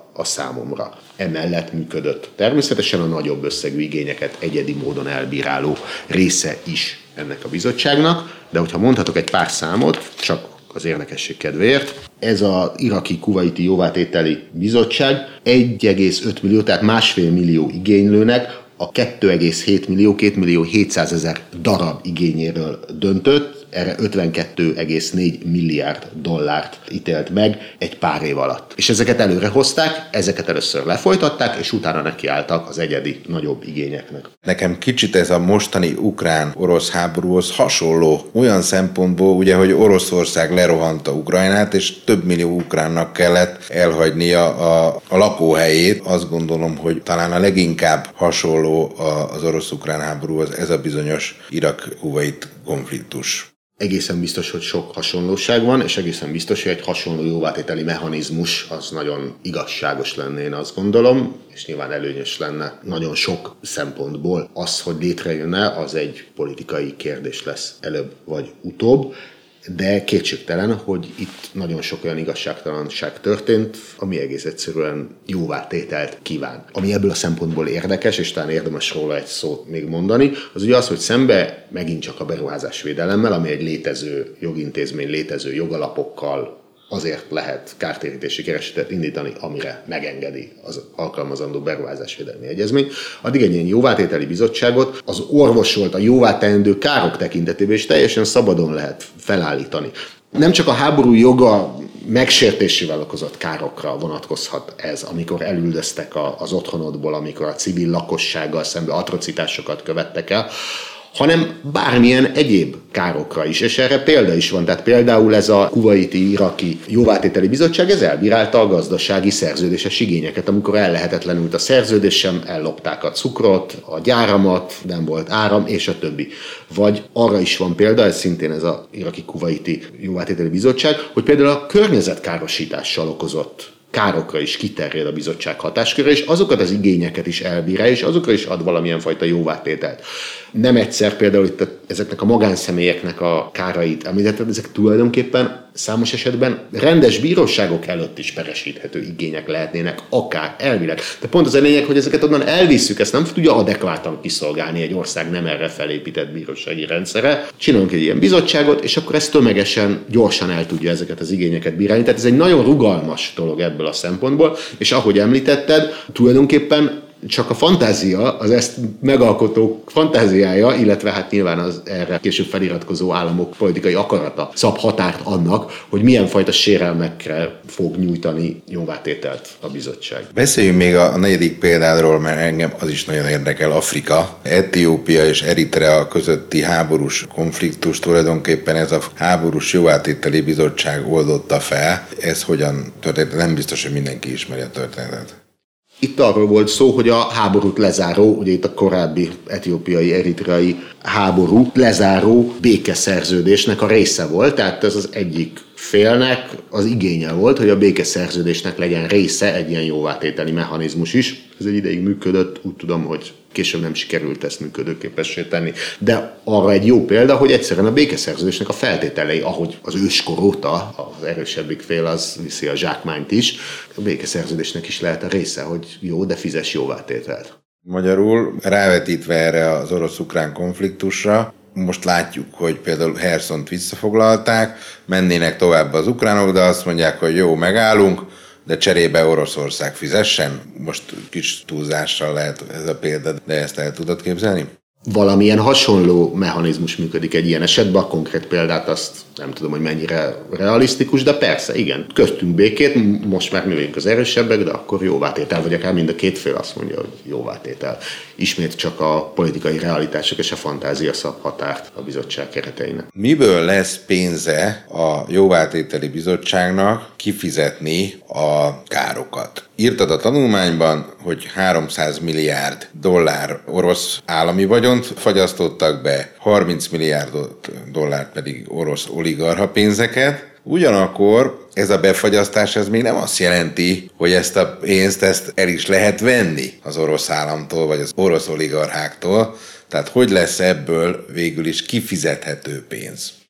a számomra. Emellett működött természetesen a nagyobb összegű igényeket egyedi módon elbíráló része is ennek a bizottságnak, de hogyha mondhatok egy pár számot, csak az érdekesség kedvéért, ez az iraki-kuvaiti jóvátételi bizottság egy egész öt millió, tehát másfél millió igénylőnek a két egész hét millió, két millió hétszázezer darab igényéről döntött, erre ötvenkettő egész négy milliárd dollárt ítélt meg egy pár év alatt. És ezeket előre hozták, ezeket először lefolytatták, és utána nekiálltak az egyedi nagyobb igényeknek. Nekem kicsit ez a mostani ukrán-orosz háborúhoz hasonló olyan szempontból, ugye, hogy Oroszország lerohanta Ukrajnát, és több millió ukránnak kellett elhagynia a, a lakóhelyét. Azt gondolom, hogy talán a leginkább hasonló az orosz-ukrán háborúhoz ez a bizonyos Irak-Kuvait konfliktus. Egészen biztos, hogy sok hasonlóság van, és egészen biztos, hogy egy hasonló jóvátételi mechanizmus az nagyon igazságos lenne, én azt gondolom, és nyilván előnyös lenne nagyon sok szempontból. Az, hogy létrejönne, az egy politikai kérdés lesz előbb vagy utóbb, de kétségtelen, hogy itt nagyon sok olyan igazságtalanság történt, ami egész egyszerűen jóvátételt kíván. Ami ebből a szempontból érdekes, és talán érdemes róla egy szót még mondani, az ugye az, hogy szembe megint csak a beruházásvédelemmel, ami egy létező jogintézmény, létező jogalapokkal azért lehet kártérítési keresetet indítani, amire megengedi az alkalmazandó beruházásvédelmi egyezmény. Addig egy ilyen jóvátételi bizottságot az orvosolt a jóváteendő károk tekintetében is teljesen szabadon lehet felállítani. Nem csak a háború joga megsértésével okozott károkra vonatkozhat ez, amikor elüldöztek az otthonodból, amikor a civil lakossággal szemben atrocitásokat követtek el, hanem bármilyen egyéb károkra is. És erre példa is van. Tehát például ez a kuvaiti-iraki jóvátételi bizottság, ez elbírálta a gazdasági szerződéses igényeket, amikor ellehetetlenült a szerződés, sem ellopták a cukrot, a gyáramat, nem volt áram, és a többi. Vagy arra is van példa, ez szintén ez a iraki-kuvaiti jóvátételi bizottság, hogy például a környezetkárosítással okozott károkra is kiterjed a bizottság hatásköre, és azokat az igényeket is elbírálja, és azokra is ad valamilyen fajta jóvátételt. Nem egyszer például itt ezeknek a magánszemélyeknek a kárait említetted, ezek tulajdonképpen számos esetben rendes bíróságok előtt is peresíthető igények lehetnének, akár elvileg. De pont az a lényeg, hogy ezeket onnan elvisszük, ezt nem tudja adekvátan kiszolgálni egy ország nem erre felépített bírósági rendszere. Csinálunk egy ilyen bizottságot, és akkor ez tömegesen, gyorsan el tudja ezeket az igényeket bírálni. Tehát ez egy nagyon rugalmas dolog ebből a szempontból, és ahogy említetted, tulajdonképpen csak a fantázia, az ezt megalkotók fantáziája, illetve hát nyilván az erre később feliratkozó államok politikai akarata szab határt annak, hogy milyen fajta sérelmekre fog nyújtani jóvátételt a bizottság. Beszéljünk még a negyedik példáról, mert engem az is nagyon érdekel, Afrika. Etiópia és Eritrea közötti háborús konfliktus, tulajdonképpen ez a háborús jóvátételi bizottság oldotta fel. Ez hogyan történt? Nem biztos, hogy mindenki ismeri a történetet. Itt arról volt szó, hogy a háborút lezáró, ugye itt a korábbi etiópiai, eritreai háború lezáró békeszerződésnek a része volt, tehát ez az egyik félnek az igénye volt, hogy a békeszerződésnek legyen része egy ilyen jóvátételi mechanizmus is. Ez egy ideig működött, úgy tudom, hogy később nem sikerült ezt működőképessé tenni. De arra egy jó példa, hogy egyszerűen a békeszerződésnek a feltételei, ahogy az őskor óta az erősebbik fél az viszi a zsákmányt is, a békeszerződésnek is lehet a része, hogy jó, de fizes jóvátételt. Magyarul rávetítve erre az orosz-ukrán konfliktusra, most látjuk, hogy például Hersont visszafoglalták, mennének tovább az ukránok, de azt mondják, hogy jó, megállunk, de cserébe Oroszország fizessen. Most kis túlzással lehet ez a példa, de ezt el tudod képzelni? Valamilyen hasonló mechanizmus működik egy ilyen esetben, a konkrét példát azt nem tudom, hogy mennyire realisztikus, de persze, igen, kötünk békét, most már mi vagyunk az erősebbek, de akkor jóvátétel, vagy akár mind a két fél azt mondja, hogy jóvátétel. Ismét csak a politikai realitások és a fantázia szab határt a bizottság kereteinek. Miből lesz pénze a jóvátételi bizottságnak kifizetni a károkat? Írtad a tanulmányban, hogy háromszáz milliárd dollár orosz állami vagyont fagyasztottak be, harminc milliárd dollár pedig orosz oligarcha pénzeket. Ugyanakkor ez a befagyasztás ez még nem azt jelenti, hogy ezt a pénzt ezt el is lehet venni az orosz államtól, vagy az orosz oligarcháktól. Tehát hogy lesz ebből végül is kifizethető pénz?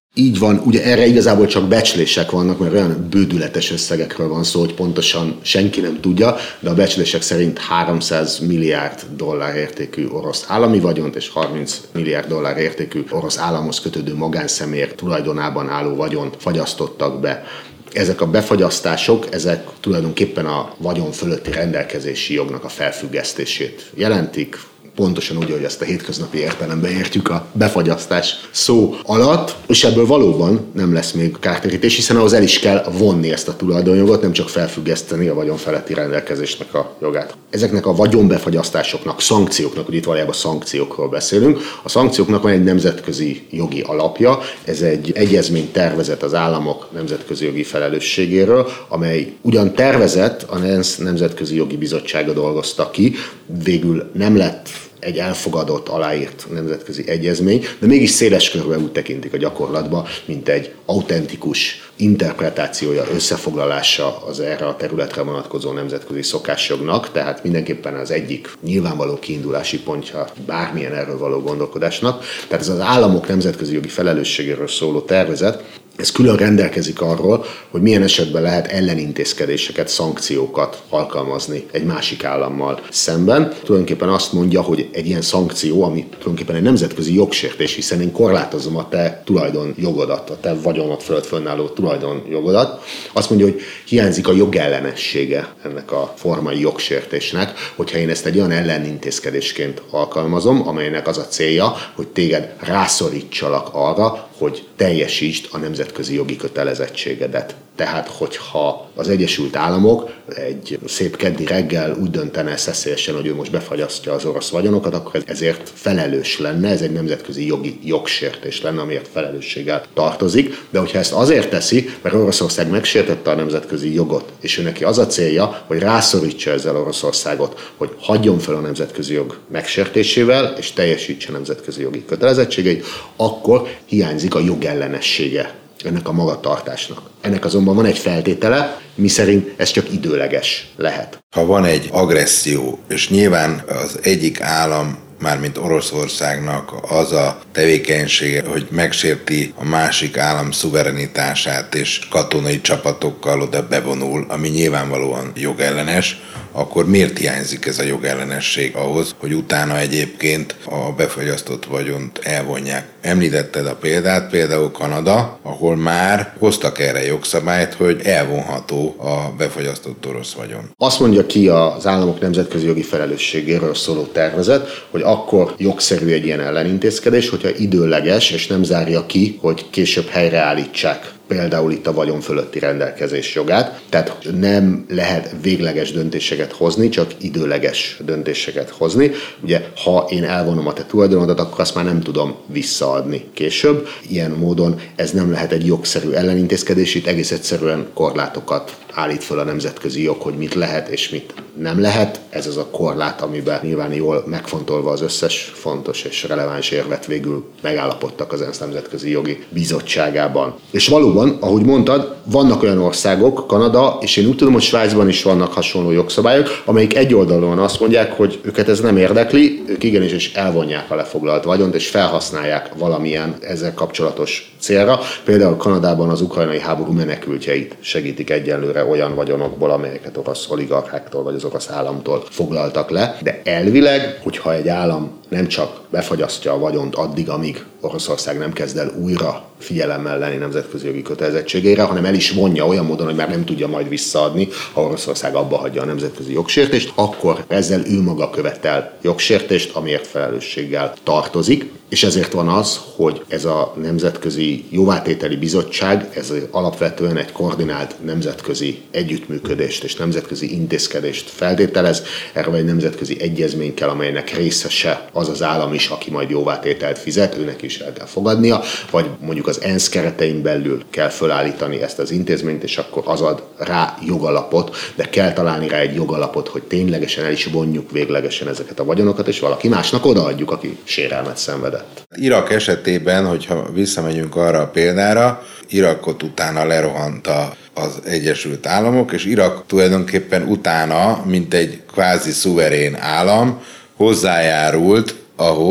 Így van, ugye erre igazából csak becslések vannak, mert olyan bődületes összegekről van szó, hogy pontosan senki nem tudja, de a becslések szerint háromszáz milliárd dollár értékű orosz állami vagyont és harminc milliárd dollár értékű orosz államhoz kötődő magánszemélyek tulajdonában álló vagyont fagyasztottak be. Ezek a befagyasztások, ezek tulajdonképpen a vagyon fölötti rendelkezési jognak a felfüggesztését jelentik, pontosan úgy, hogy ezt a hétköznapi értelemben értjük a befagyasztás szó alatt, és ebből valóban nem lesz még kártérítés, hiszen ahhoz el is kell vonni ezt a tulajdonjogot, nem csak felfüggeszteni a vagyon feletti rendelkezésnek a jogát. Ezeknek a vagyonbefagyasztásoknak, szankcióknak, ugye itt valójában szankciókról beszélünk, a szankcióknak van egy nemzetközi jogi alapja, ez egy egyezménytervezet az államok nemzetközi jogi felelősségéről, amely ugyan tervezett, a ENSZ Nemzetközi Jogi Bizottsága dolgozta ki, végül nem lett egy elfogadott, aláírt nemzetközi egyezmény, de mégis széles körben úgy tekintik a gyakorlatba, mint egy autentikus interpretációja, összefoglalása az erre a területre vonatkozó nemzetközi szokásjognak, tehát mindenképpen az egyik nyilvánvaló kiindulási pontja bármilyen erről való gondolkodásnak. Tehát ez az államok nemzetközi jogi felelősségéről szóló tervezet, ez külön rendelkezik arról, hogy milyen esetben lehet ellenintézkedéseket, szankciókat alkalmazni egy másik állammal szemben. Tulajdonképpen azt mondja, hogy egy ilyen szankció, ami tulajdonképpen egy nemzetközi jogsértés, hiszen én korlátozom a te tulajdonjogodat, a te vagyonod fölött fönnálló tulajdonjogodat. Azt mondja, hogy hiányzik a jogellenessége ennek a formai jogsértésnek, hogyha én ezt egy olyan ellenintézkedésként alkalmazom, amelynek az a célja, hogy téged rászorítsalak arra, hogy teljesítsd a nemzetközi jogi kötelezettségedet. Tehát, hogyha az Egyesült Államok egy szép keddi reggel úgy döntene szeszélyesen, hogy ő most befagyasztja az orosz vagyonokat, akkor ezért felelős lenne, ez egy nemzetközi jogi jogsértés lenne, amiért felelősséggel tartozik. De hogyha ezt azért teszi, mert Oroszország megsértette a nemzetközi jogot, és ő neki az a célja, hogy rászorítsa ezzel Oroszországot, hogy hagyjon fel a nemzetközi jog megsértésével, és teljesítse a nemzetközi jogi kötelezettségeit, akkor hiányzik a jogellenessége ennek a magatartásnak. Ennek azonban van egy feltétele, miszerint ez csak időleges lehet. Ha van egy agresszió, és nyilván az egyik állam, mármint Oroszországnak az a tevékenysége, hogy megsérti a másik állam szuverenitását, és katonai csapatokkal oda bevonul, ami nyilvánvalóan jogellenes, akkor miért hiányzik ez a jogellenesség ahhoz, hogy utána egyébként a befagyasztott vagyont elvonják? Említetted a példát, például Kanada, ahol már hoztak erre jogszabályt, hogy elvonható a befagyasztott orosz vagyon. Azt mondja ki az államok nemzetközi jogi felelősségéről szóló tervezet, hogy akkor jogszerű egy ilyen ellenintézkedés, hogyha időleges, és nem zárja ki, hogy később helyreállítsák például itt a vagyon fölötti rendelkezés jogát. Tehát nem lehet végleges döntéseket hozni, csak időleges döntéseket hozni. Ugye, ha én elvonom a te tulajdonodat, akkor azt már nem tudom visszaadni később. Ilyen módon ez nem lehet egy jogszerű ellenintézkedés, itt egész egyszerűen korlátokat állít föl a nemzetközi jog, hogy mit lehet és mit nem lehet. Ez az a korlát, amiben nyilván jól megfontolva az összes fontos és releváns érvet végül megállapodtak az ENSZ Nemzetközi Jogi Bizottságában. És valóban, ahogy mondtad, vannak olyan országok, Kanada, és én úgy tudom, hogy Svájcban is vannak hasonló jogszabályok, amelyik egyoldalúan azt mondják, hogy őket ez nem érdekli, ők igenis és elvonják a lefoglalt vagyont, és felhasználják valamilyen ezzel kapcsolatos célra. Például Kanadában az ukrajnai háború menekültjeit segítik egyenlőre olyan vagyonokból, amelyeket orosz oligarcháktól vagy az orosz államtól foglaltak le. De elvileg, hogyha egy állam nem csak befagyasztja a vagyont addig, amíg Oroszország nem kezd el újra figyelemmel lenni nemzetközi jogi kötelezettségeire, hanem el is vonja olyan módon, hogy már nem tudja majd visszaadni, ha Oroszország abba hagyja a nemzetközi jogsértést, akkor ezzel ő maga követel jogsértést, amiért felelősséggel tartozik. És ezért van az, hogy ez a Nemzetközi Jóvátételi Bizottság, ez alapvetően egy koordinált nemzetközi együttműködést és nemzetközi intézkedést feltételez. Erre egy nemzetközi egyezmény kell, amelynek részese az az állam is, aki majd jóvátételt fizet, őnek is el kell fogadnia, vagy mondjuk az ENSZ keretein belül kell felállítani ezt az intézményt, és akkor az ad rá jogalapot, de kell találni rá egy jogalapot, hogy ténylegesen el is vonjuk véglegesen ezeket a vagyonokat, és valaki másnak odaadjuk, aki sérelmet szenvedett. Irak esetében, hogyha visszamegyünk arra a példára, Irakot utána lerohanta az Egyesült Államok, és Irak tulajdonképpen utána, mint egy kvázi szuverén állam, hozzájárult ahhoz,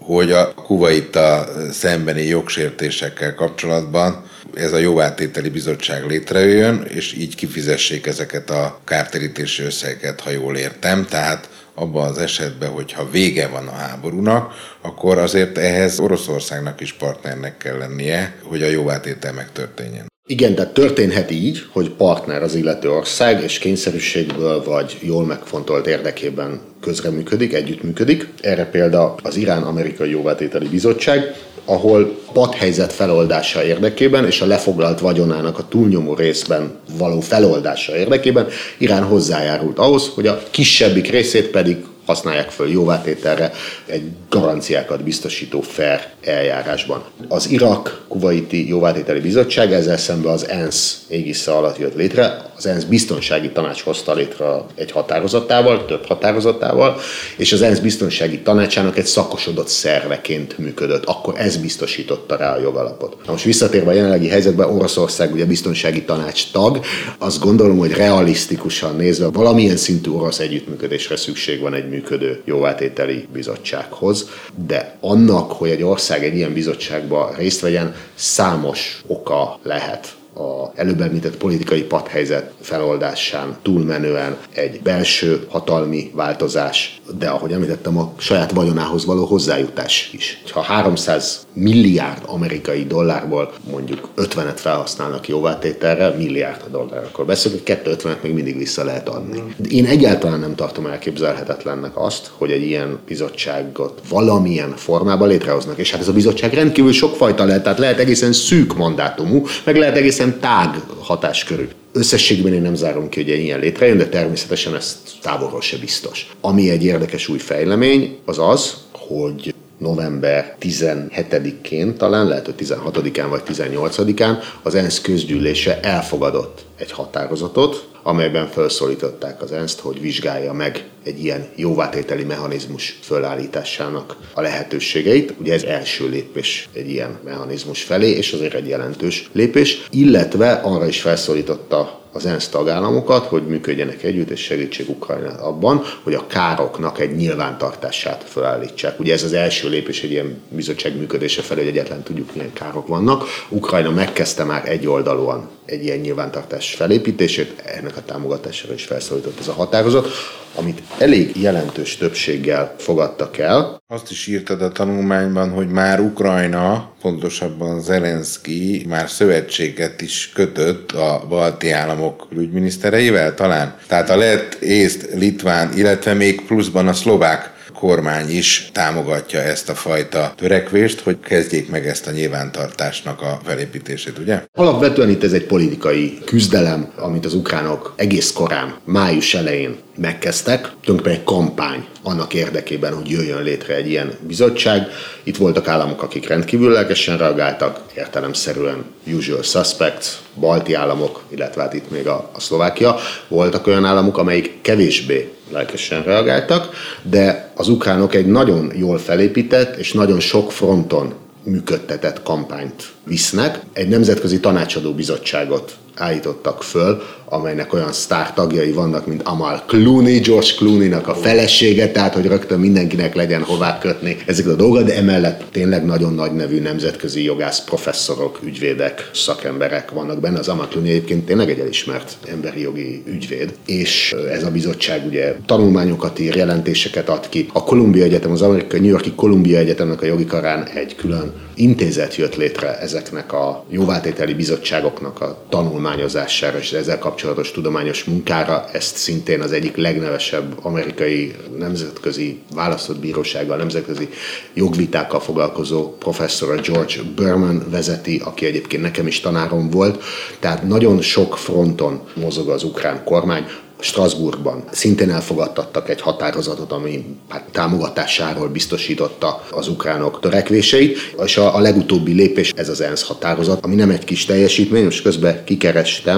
hogy a Kuvaittal szembeni jogsértésekkel kapcsolatban ez a jóvátételi bizottság létrejöjjön, és így kifizessék ezeket a kártérítési összegeket, ha jól értem. Tehát abban az esetben, hogyha vége van a háborúnak, akkor azért ehhez Oroszországnak is partnernek kell lennie, hogy a jóvátétel megtörténjen. Igen, tehát történhet így, hogy partner az illető ország, és kényszerűségből vagy jól megfontolt érdekében közreműködik, együttműködik. Erre példa az Irán-Amerikai Jóvátételi Bizottság, ahol padhelyzet feloldása érdekében és a lefoglalt vagyonának a túlnyomó részben való feloldása érdekében Irán hozzájárult ahhoz, hogy a kisebbik részét pedig használják föl jóvátételre egy garanciákat biztosító fair eljárásban. Az Irak-Kuvaiti Jóvátételi Bizottság ezzel szemben az ENSZ égisze alatt jött létre, az ENSZ Biztonsági Tanács hozta létre egy határozatával, több határozatával, és az ENSZ Biztonsági Tanácsának egy szakosodott szerveként működött. Akkor ez biztosította rá a jogalapot. Na most visszatérve a jelenlegi helyzetben, Oroszország ugye Biztonsági Tanács tag, azt gondolom, hogy realisztikusan nézve valamilyen szintű orosz együttműködésre szükség van egy működő jóvátételi bizottsághoz, de annak, hogy egy ország egy ilyen bizottságban részt vegyen, számos oka lehet. A előbb említett politikai padhelyzet feloldásán túlmenően egy belső hatalmi változás, de ahogy említettem, a saját vagyonához való hozzájutás is. Ha háromszáz milliárd amerikai dollárból mondjuk ötvenet felhasználnak jóvátételre, milliárd dollár, akkor beszélünk, hogy kétszázötvenet még mindig vissza lehet adni. Én egyáltalán nem tartom elképzelhetetlennek azt, hogy egy ilyen bizottságot valamilyen formában létrehoznak. És hát ez a bizottság rendkívül sokfajta lehet, tehát lehet egészen szűk mandátumú, meg lehet egészen tág hatáskörű. Összességben én nem zárom ki, hogy egy ilyen létrejön, de természetesen ez távolról se biztos. Ami egy érdekes új fejlemény, az az, hogy november tizenhetedikén, talán lehet, hogy tizenhatodikán vagy tizennyolcadikán az ENSZ közgyűlése elfogadott egy határozatot, amelyben felszólították az ENSZ-t, hogy vizsgálja meg egy ilyen jóvátételi mechanizmus fölállításának a lehetőségeit. Ugye ez első lépés egy ilyen mechanizmus felé, és azért egy jelentős lépés, illetve arra is felszólította az ENSZ tagállamokat, hogy működjenek együtt és segítség Ukrajnát abban, hogy a károknak egy nyilvántartását felállítsák. Ugye ez az első lépés egy ilyen bizottság működése felé, hogy egyáltalán tudjuk, milyen károk vannak. Ukrajna megkezdte már egyoldalúan egy ilyen nyilvántartás felépítését, ennek a támogatására is felszólított ez a határozat, amit elég jelentős többséggel fogadtak el. Azt is írtad a tanulmányban, hogy már Ukrajna, pontosabban Zelenszky már szövetséget is kötött a balti államok külügyminisztereivel talán. Tehát a lett, észt, litván, illetve még pluszban a szlovák kormány is támogatja ezt a fajta törekvést, hogy kezdjék meg ezt a nyilvántartásnak a felépítését, ugye? Alapvetően itt ez egy politikai küzdelem, amit az ukránok egész korán, május elején megkezdtek, tulajdonképpen egy kampány annak érdekében, hogy jöjjön létre egy ilyen bizottság. Itt voltak államok, akik rendkívül lelkesen reagáltak, értelemszerűen usual suspects, balti államok, illetve hát itt még a, a Szlovákia. Voltak olyan államok, amelyik kevésbé lelkesen reagáltak, de az ukránok egy nagyon jól felépített és nagyon sok fronton működtetett kampányt visznek. Egy nemzetközi tanácsadó bizottságot állítottak föl, amelynek olyan sztár tagjai vannak, mint Amal Clooney, George Clooney-nak a felesége, tehát hogy rögtön mindenkinek legyen hová kötni ezeket a dolgokat, de emellett tényleg nagyon nagy nevű nemzetközi jogász, professzorok, ügyvédek, szakemberek vannak benne. Az Amal Clooney egyébként tényleg egy elismert emberi jogi ügyvéd, és ez a bizottság ugye tanulmányokat ír, jelentéseket ad ki. A Columbia Egyetem, az amerikai New York-i Columbia Egyetemnek a jogi karán egy külön intézet jött létre ezeknek a jóvátételi bizottságoknak a tanulmányozására és ezzel kapcsolatos tudományos munkára. Ezt szintén az egyik legnevesebb amerikai nemzetközi választott bírósággal, nemzetközi jogvitákkal foglalkozó professzor George Berman vezeti, aki egyébként nekem is tanárom volt. Tehát nagyon sok fronton mozog az ukrán kormány. Strasbourgban szintén elfogadtattak egy határozatot, ami hát, támogatásáról biztosította az ukránok törekvéseit, és a, a legutóbbi lépés ez az ENSZ határozat, ami nem egy kis teljesítmény, most közben kikerestem,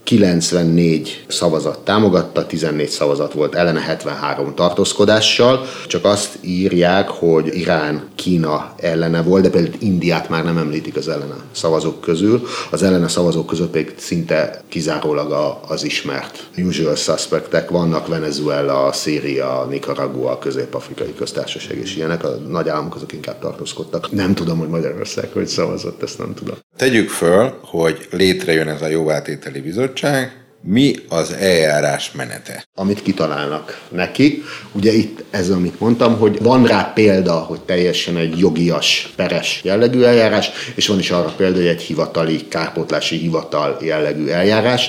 kilencvennégy szavazat támogatta, tizennégy szavazat volt ellene, hetvenhárom tartózkodással. Csak azt írják, hogy Irán, Kína ellene volt, de például Indiát már nem említik az ellene szavazók közül. Az ellene szavazók között pedig szinte kizárólag az ismert usual suspectek vannak, Venezuela, Szíria, Nicaragua, Közép-Afrikai Köztársaság és ilyenek. A nagy államok azok inkább tartózkodtak. Nem tudom, hogy Magyarország hogy szavazott, ezt nem tudom. Tegyük föl, hogy létrejön ez a jóvátételi bizottság, mi az eljárás menete? Amit kitalálnak neki. Ugye itt ez, amit mondtam, hogy van rá példa, hogy teljesen egy jogias, peres jellegű eljárás, és van is arra példa, hogy egy hivatali, kárpótlási hivatal jellegű eljárás.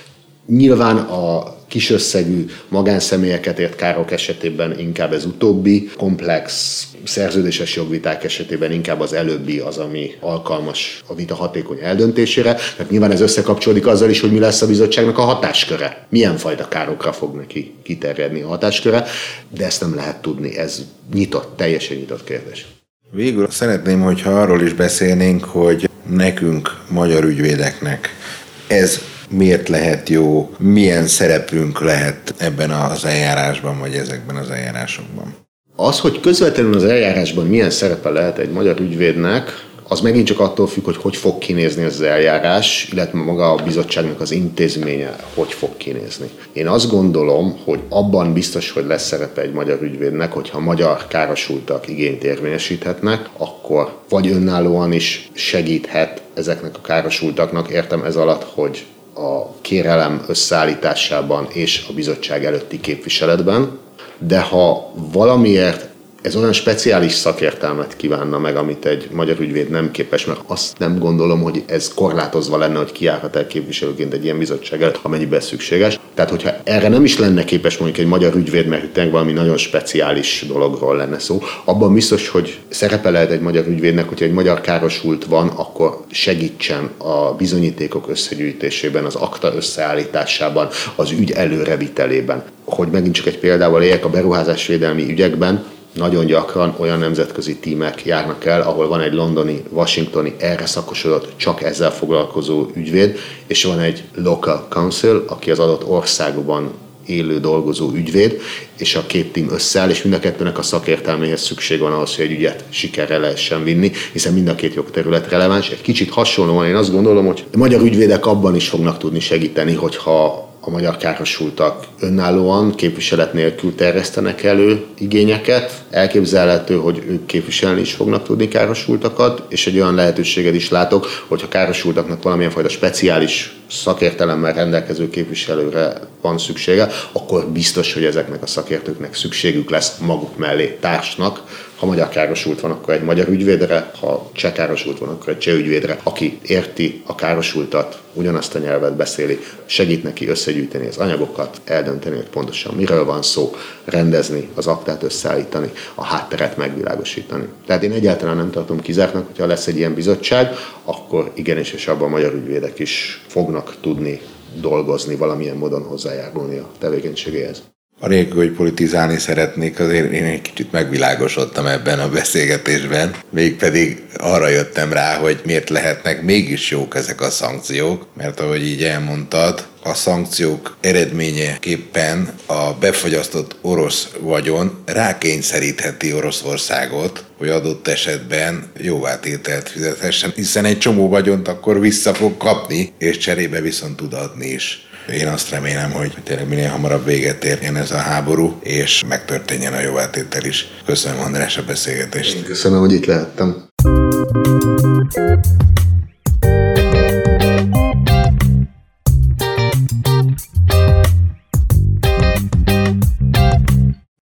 Nyilván a kisösszegű magánszemélyeket ért károk esetében inkább ez utóbbi, komplex szerződéses jogviták esetében inkább az előbbi az, ami alkalmas a vita hatékony eldöntésére. Tehát nyilván ez összekapcsolódik azzal is, hogy mi lesz a bizottságnak a hatásköre. Milyen fajta károkra fog neki kiterjedni a hatásköre, de ezt nem lehet tudni. Ez nyitott, teljesen nyitott kérdés. Végül szeretném, hogyha arról is beszélnénk, hogy nekünk, magyar ügyvédeknek ez miért lehet jó, milyen szerepünk lehet ebben az eljárásban, vagy ezekben az eljárásokban. Az, hogy közvetlenül az eljárásban milyen szerepe lehet egy magyar ügyvédnek, az megint csak attól függ, hogy hogy fog kinézni az eljárás, illetve maga a bizottságnak az intézménye hogy fog kinézni. Én azt gondolom, hogy abban biztos, hogy lesz szerepe egy magyar ügyvédnek, hogyha magyar károsultak igényt érvényesíthetnek, akkor vagy önállóan is segíthet ezeknek a károsultaknak, értem ez alatt, hogy a kérelem összeállításában és a bizottság előtti képviseletben, de ha valamiért ez olyan speciális szakértelmet kívánna meg, amit egy magyar ügyvéd nem képes, mert azt nem gondolom, hogy ez korlátozva lenne, hogy kijárhat el képviselőként egy ilyen bizottság előtt, amennyiben szükséges. Tehát, hogyha erre nem is lenne képes mondjuk egy magyar ügyvéd, mert tényleg valami nagyon speciális dologról lenne szó, abban biztos, hogy szerepe lehet egy magyar ügyvédnek, hogyha egy magyar károsult van, akkor segítsen a bizonyítékok összegyűjtésében, az akta összeállításában, az ügy előrevitelében. Hogy megint csak egy példával éljek, a beruházásvédelmi ügyekben nagyon gyakran olyan nemzetközi tímek járnak el, ahol van egy londoni, washingtoni, erre szakosodott, csak ezzel foglalkozó ügyvéd, és van egy local counsel, aki az adott országban élő, dolgozó ügyvéd, és a két tím összeáll, és mind a kettőnek a szakértelméhez szükség van ahhoz, hogy egy ügyet sikerre lehessen vinni, hiszen mind a két jogterület releváns. Egy kicsit hasonlóan én azt gondolom, hogy a magyar ügyvédek abban is fognak tudni segíteni, hogyha a magyar károsultak önállóan, képviselet nélkül terjesztenek elő igényeket. Elképzelhető, hogy ők képviselni is fognak tudni károsultakat, és egy olyan lehetőséget is látok, hogyha károsultaknak valamilyen fajta speciális szakértelemmel rendelkező képviselőre van szüksége, akkor biztos, hogy ezeknek a szakértőknek szükségük lesz maguk mellé társnak. Ha magyar károsult van, akkor egy magyar ügyvédre, ha cseh károsult van, akkor egy cseh ügyvédre, aki érti a károsultat, ugyanazt a nyelvet beszéli, segít neki összegyűjteni az anyagokat, eldönteni, hogy pontosan miről van szó, rendezni, az aktát összeállítani, a hátteret megvilágosítani. Tehát én egyáltalán nem tartom kizártnak, hogyha lesz egy ilyen bizottság, akkor igenis, és abban a magyar ügyvédek is fognak tudni dolgozni, valamilyen módon hozzájárulni a tevékenységéhez. Anélkül, hogy politizálni szeretnék, azért én egy kicsit megvilágosodtam ebben a beszélgetésben, mégpedig arra jöttem rá, hogy miért lehetnek mégis jók ezek a szankciók, mert ahogy így elmondtad, a szankciók eredményeképpen a befagyasztott orosz vagyon rákényszerítheti Oroszországot, hogy adott esetben jóvátételt fizethessen, hiszen egy csomó vagyont akkor vissza fog kapni, és cserébe viszont tud adni is. Én azt remélem, hogy tényleg minél hamarabb véget érjen ez a háború, és megtörténjen a jóvátétel is. Köszönöm, András, a beszélgetést. Én köszönöm, hogy itt lehettem.